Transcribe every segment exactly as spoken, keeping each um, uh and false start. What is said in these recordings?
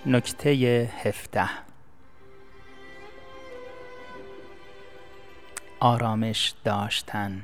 نکته هفده. آرامش داشتن.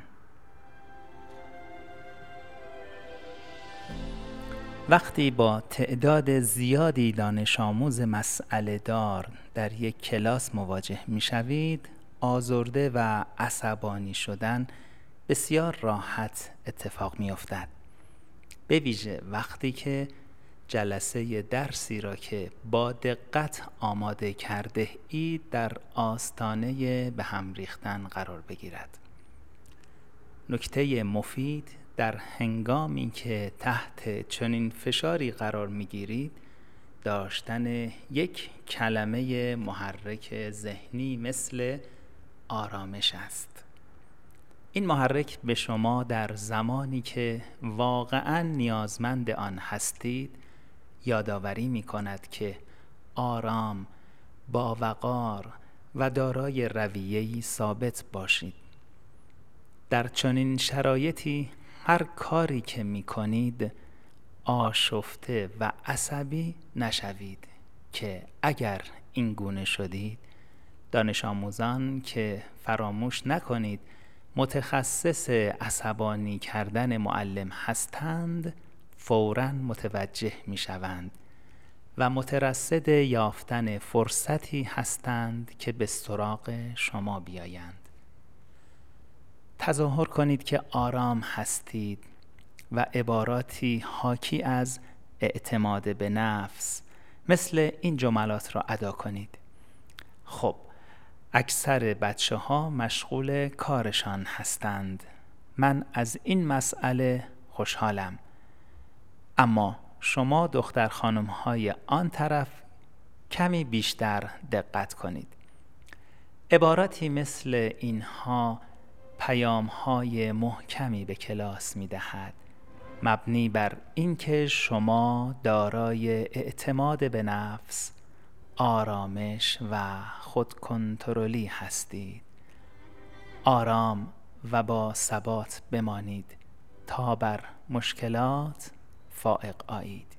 وقتی با تعداد زیادی دانش آموز مسئله دار در یک کلاس مواجه می شوید، آزرده و عصبانی شدن بسیار راحت اتفاق می افتد. به ویژه وقتی که جلسه درسی را که با دقت آماده کرده اید در آستانه به هم ریختن قرار بگیرد. نکته مفید در هنگامی که تحت چنین فشاری قرار می‌گیرید، داشتن یک کلمه محرک ذهنی مثل آرامش است. این محرک به شما در زمانی که واقعاً نیازمند آن هستید یادآوری می‌کند که آرام، با وقار و دارای رویه‌ای ثابت باشید. در چنین شرایطی هر کاری که می‌کنید آشفته و عصبی نشوید که اگر این گونه شدید، دانش آموزان که فراموش نکنید متخصص عصبانی کردن معلم هستند فوراً متوجه می‌شوند و مترصد یافتن فرصتی هستند که به سراغ شما بیایند. تظاهر کنید که آرام هستید و عباراتی حاکی از اعتماد به نفس مثل این جملات را ادا کنید: خب، اکثر بچه ها مشغول کارشان هستند. من از این مسئله خوشحالم. اما شما دختر خانم های آن طرف کمی بیشتر دقت کنید. عباراتی مثل اینها پیام های محکمی به کلاس می دهد، مبنی بر اینکه شما دارای اعتماد به نفس، آرامش و خودکنترلی هستید. آرام و با ثبات بمانید تا بر مشکلات فائق آیید.